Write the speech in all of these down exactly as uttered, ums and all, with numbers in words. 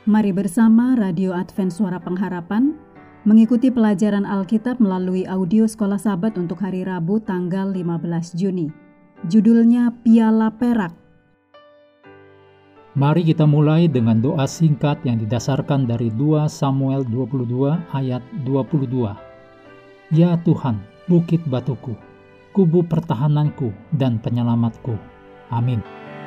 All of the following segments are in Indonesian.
Mari bersama Radio Advent Suara Pengharapan mengikuti pelajaran Alkitab melalui audio Sekolah Sabat untuk hari Rabu tanggal lima belas Juni. Judulnya Piala Perak. Mari kita mulai dengan doa singkat yang didasarkan dari dua Samuel dua puluh dua ayat dua puluh dua. Ya Tuhan, bukit batuku, kubu pertahananku dan penyelamatku. Amin.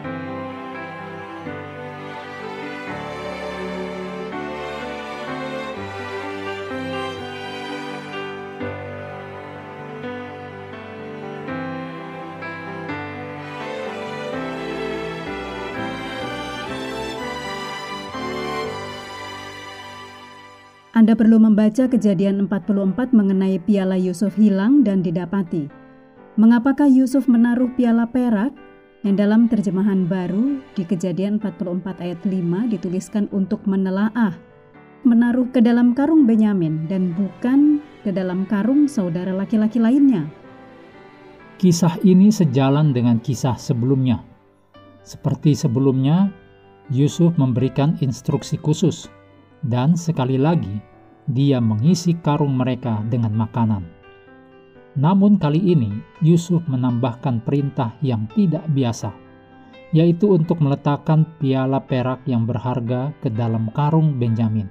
Anda perlu membaca Kejadian empat puluh empat mengenai piala Yusuf hilang dan didapati. Mengapakah Yusuf menaruh piala perak? Yang dalam terjemahan baru di Kejadian empat puluh empat ayat lima dituliskan untuk menelaah, menaruh ke dalam karung Benyamin dan bukan ke dalam karung saudara laki-laki lainnya. Kisah ini sejalan dengan kisah sebelumnya. Seperti sebelumnya, Yusuf memberikan instruksi khusus dan sekali lagi dia mengisi karung mereka dengan makanan. Namun kali ini Yusuf menambahkan perintah yang tidak biasa, yaitu untuk meletakkan piala perak yang berharga ke dalam karung Benyamin.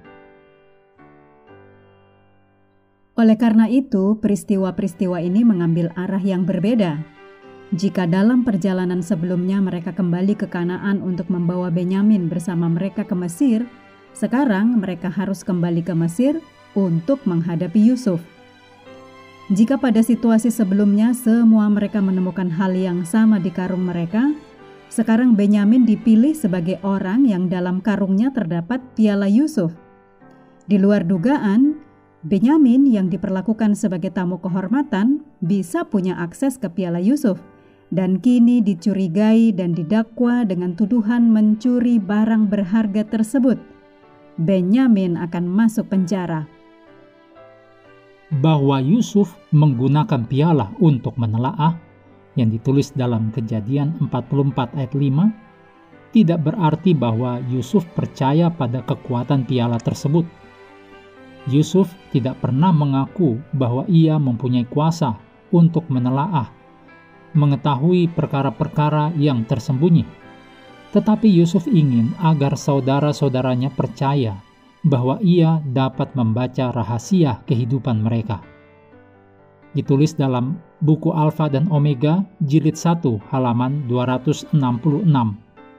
Oleh karena itu, peristiwa-peristiwa ini mengambil arah yang berbeda. Jika dalam perjalanan sebelumnya mereka kembali ke Kanaan untuk membawa Benyamin bersama mereka ke Mesir, sekarang mereka harus kembali ke Mesir untuk menghadapi Yusuf. Jika pada situasi sebelumnya semua mereka menemukan hal yang sama di karung mereka, sekarang Benyamin dipilih sebagai orang yang dalam karungnya terdapat piala Yusuf. Di luar dugaan, Benyamin yang diperlakukan sebagai tamu kehormatan bisa punya akses ke piala Yusuf dan kini dicurigai dan didakwa dengan tuduhan mencuri barang berharga tersebut. Benyamin akan masuk penjara. Bahwa Yusuf menggunakan piala untuk menelaah yang ditulis dalam Kejadian empat puluh empat ayat lima tidak berarti bahwa Yusuf percaya pada kekuatan piala tersebut. Yusuf tidak pernah mengaku bahwa ia mempunyai kuasa untuk menelaah, mengetahui perkara-perkara yang tersembunyi. Tetapi Yusuf ingin agar saudara-saudaranya percaya bahwa ia dapat membaca rahasia kehidupan mereka. Ditulis dalam buku Alfa dan Omega, jilid satu, halaman dua ratus enam puluh enam.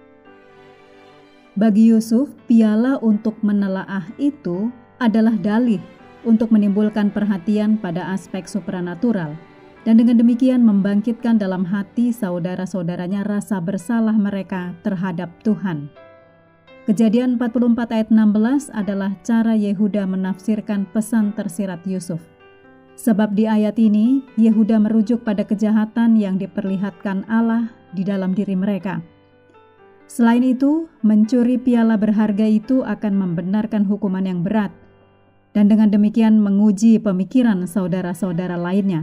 Bagi Yusuf, piala untuk menelaah itu adalah dalih untuk menimbulkan perhatian pada aspek supranatural, dan dengan demikian membangkitkan dalam hati saudara-saudaranya rasa bersalah mereka terhadap Tuhan. Kejadian empat puluh empat ayat enam belas adalah cara Yehuda menafsirkan pesan tersirat Yusuf. Sebab di ayat ini, Yehuda merujuk pada kejahatan yang diperlihatkan Allah di dalam diri mereka. Selain itu, mencuri piala berharga itu akan membenarkan hukuman yang berat, dan dengan demikian menguji pemikiran saudara-saudara lainnya.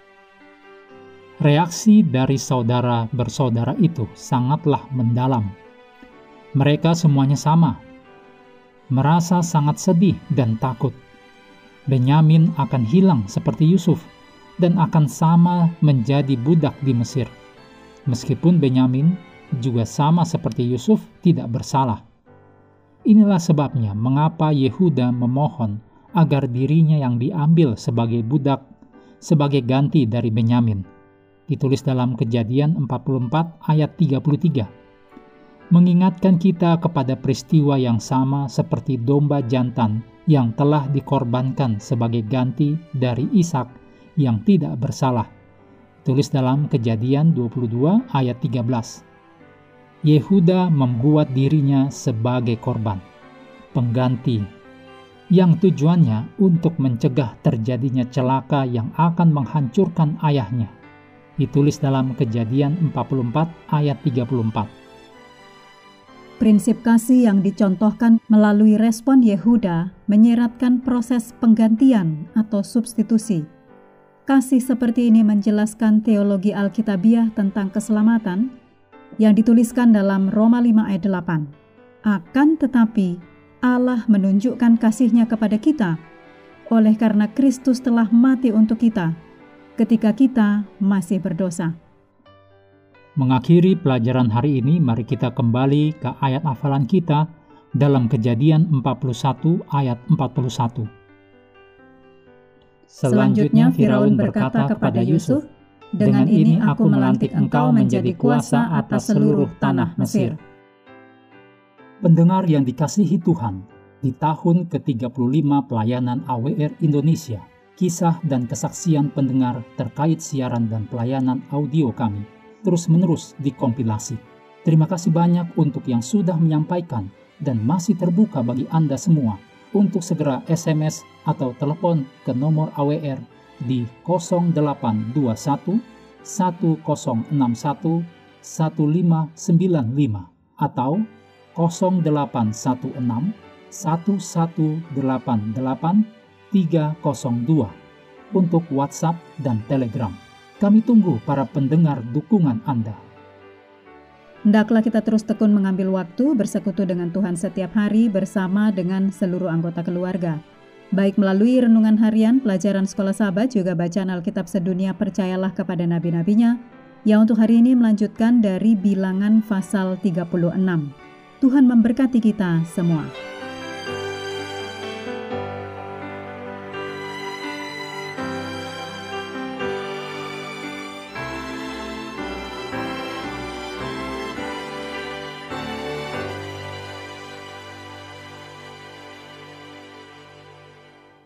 Reaksi dari saudara bersaudara itu sangatlah mendalam. Mereka semuanya sama, merasa sangat sedih dan takut. Benyamin akan hilang seperti Yusuf dan akan sama menjadi budak di Mesir. Meskipun Benyamin juga sama seperti Yusuf tidak bersalah. Inilah sebabnya mengapa Yehuda memohon agar dirinya yang diambil sebagai budak sebagai ganti dari Benyamin. Ditulis dalam Kejadian empat puluh empat ayat tiga puluh tiga. Mengingatkan kita kepada peristiwa yang sama seperti domba jantan yang telah dikorbankan sebagai ganti dari Ishak yang tidak bersalah. Tulis dalam Kejadian dua puluh dua ayat tiga belas. Yehuda membuat dirinya sebagai korban, pengganti, yang tujuannya untuk mencegah terjadinya celaka yang akan menghancurkan ayahnya. Ditulis dalam Kejadian empat puluh empat ayat tiga puluh empat. Prinsip kasih yang dicontohkan melalui respon Yehuda menyeratkan proses penggantian atau substitusi. Kasih seperti ini menjelaskan teologi Alkitabiah tentang keselamatan yang dituliskan dalam Roma lima ayat delapan. Akan tetapi, Allah menunjukkan kasih-Nya kepada kita oleh karena Kristus telah mati untuk kita ketika kita masih berdosa. Mengakhiri pelajaran hari ini, mari kita kembali ke ayat hafalan kita dalam Kejadian empat puluh satu ayat empat puluh satu. Selanjutnya Firaun berkata kepada Yusuf, "Dengan ini aku melantik engkau menjadi kuasa atas seluruh tanah Mesir." Pendengar yang dikasihi Tuhan, di tahun ke tiga puluh lima pelayanan A W R Indonesia, kisah dan kesaksian pendengar terkait siaran dan pelayanan audio kami terus-menerus dikompilasi. Terima kasih banyak untuk yang sudah menyampaikan dan masih terbuka bagi Anda semua untuk segera S M S atau telepon ke nomor A W R di nol delapan dua satu satu nol enam satu satu lima sembilan lima atau nol delapan satu enam satu satu delapan delapan tiga nol dua untuk WhatsApp dan Telegram. Kami tunggu para pendengar dukungan Anda. Hendaklah kita terus tekun mengambil waktu bersekutu dengan Tuhan setiap hari bersama dengan seluruh anggota keluarga. Baik melalui renungan harian, pelajaran sekolah sahabat, juga bacaan Alkitab sedunia percayalah kepada nabi-nabinya, yang untuk hari ini melanjutkan dari Bilangan pasal tiga puluh enam. Tuhan memberkati kita semua.